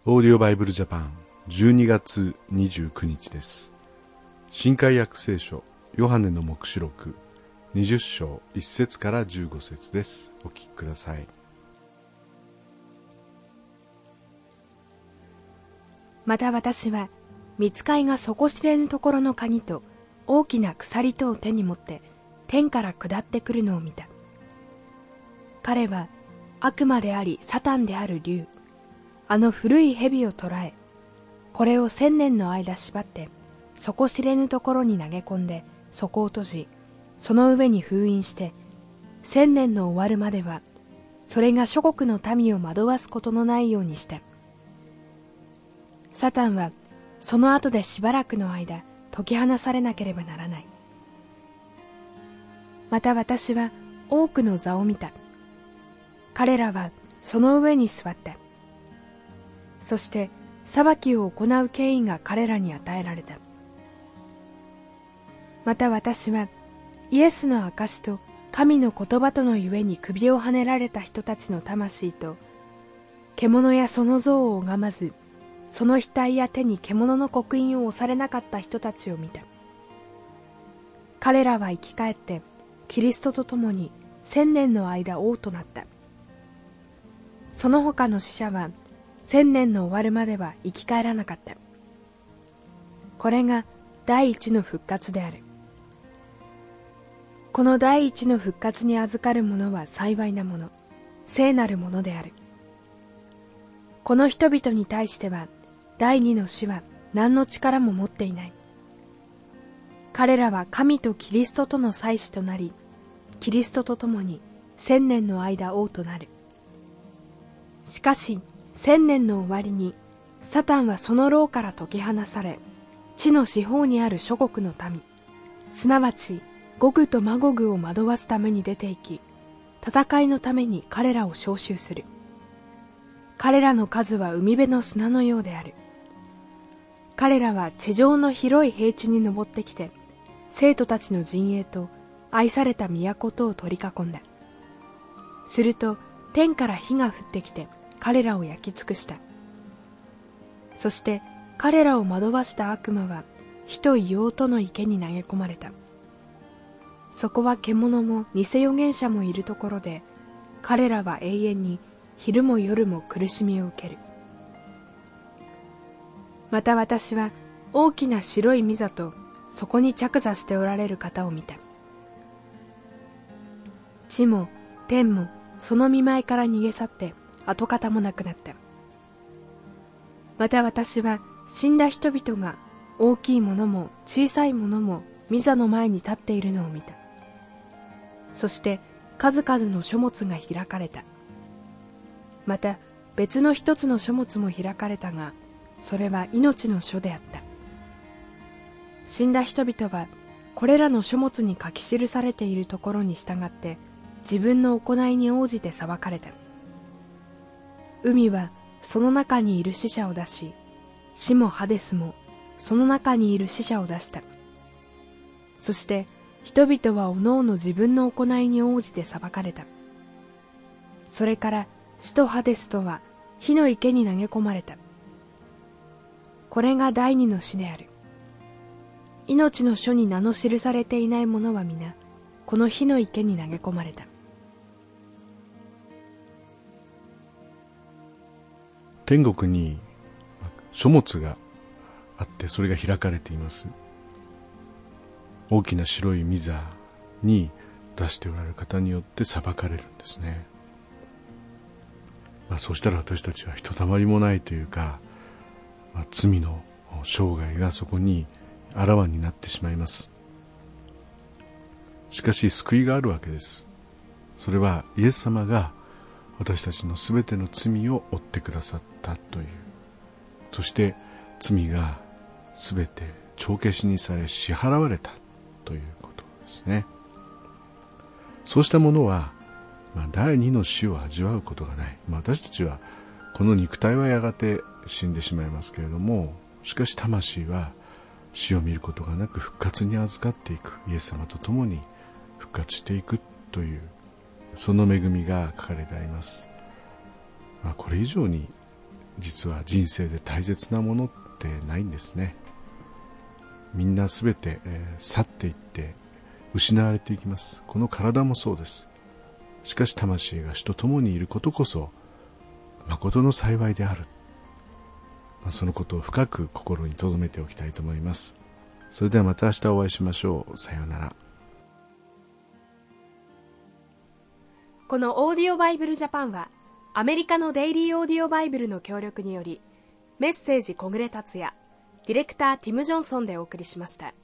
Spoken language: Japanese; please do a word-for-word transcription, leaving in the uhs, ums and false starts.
オーディオバイブルジャパンじゅうにがつにじゅうくにちです。新海訳聖書ヨハネの黙示録にじゅっしょういっせつからじゅうごせつです。お聞きください。 また私は御使いが底知れぬところの鍵と大きな鎖とを手に持って天から下ってくるのを見た。彼は悪魔でありサタンである竜、あの古い蛇を捕らえ、これを千年の間縛って底知れぬところに投げ込んで底を閉じ、その上に封印して、千年の終わるまではそれが諸国の民を惑わすことのないようにした。サタンはその後でしばらくの間解き放されなければならない。また私は多くの座を見た。彼らはその上に座った。そして裁きを行う権威が彼らに与えられた。また私はイエスの証と神の言葉とのゆえに首をはねられた人たちの魂と、獣やその像を拝まず、その額や手に獣の刻印を押されなかった人たちを見た。彼らは生き返ってキリストと共に千年の間王となった。その他の死者は千年の終わるまでは生き返らなかった。これが第一の復活である。この第一の復活に預かる者は幸いなもの、聖なるものである。この人々に対しては第二の死は何の力も持っていない。彼らは神とキリストとの祭司となり、キリストと共に千年の間王となる。しかし千年の終わりにサタンはその牢から解き放され、地の四方にある諸国の民、すなわちゴグとマゴグを惑わすために出て行き、戦いのために彼らを召集する。彼らの数は海辺の砂のようである。彼らは地上の広い平地に登ってきて、生徒たちの陣営と愛された都とを取り囲んだ。すると天から火が降ってきて彼らを焼き尽くした。そして彼らを惑わした悪魔は火と硫黄との池に投げ込まれた。そこは獣も偽預言者もいるところで、彼らは永遠に昼も夜も苦しみを受ける。また私は大きな白い御座とそこに着座しておられる方を見た。地も天もその見舞いから逃げ去って跡形もなくなった。また私は死んだ人々が大きいものも小さいものも御座の前に立っているのを見た。そして数々の書物が開かれた。また別の一つの書物も開かれたが、それは命の書であった。死んだ人々はこれらの書物に書き記されているところに従って自分の行いに応じて裁かれた。海はその中にいる死者を出し、死もハデスもその中にいる死者を出した。そして人々はおのおの自分の行いに応じて裁かれた。それから死とハデスとは火の池に投げ込まれた。これが第二の死である。命の書に名の記されていない者は皆この火の池に投げ込まれた。 天国に書物があって、それが開かれています。大きな白い御座に出しておられる方によって裁かれるんですね。まあ、そうしたら私たちはひとたまりもないというか、まあ、罪の生涯がそこにあらわになってしまいます。しかし救いがあるわけです。それはイエス様が私たちのすべての罪を負ってくださったという、そして罪がすべて帳消しにされ支払われたということですね。そうしたものは、まあ、第二の死を味わうことがない、まあ、私たちはこの肉体はやがて死んでしまいますけれども、しかし魂は死を見ることがなく復活に預かっていく、イエス様と共に復活していくという、その恵みが書かれてあります。まあ、これ以上に実は人生で大切なものってないんですね。みんなすべて、えー、去っていって失われていきます。この体もそうです。しかし魂が主と共にいることこそ誠の幸いである。まあ、そのことを深く心に留めておきたいと思います。それではまた明日お会いしましょう。さようなら。 このオーディオバイブルジャパンはアメリカのデイリーオーディオバイブルの協力により、メッセージ小暮達也、ディレクターティム・ジョンソンでお送りしました。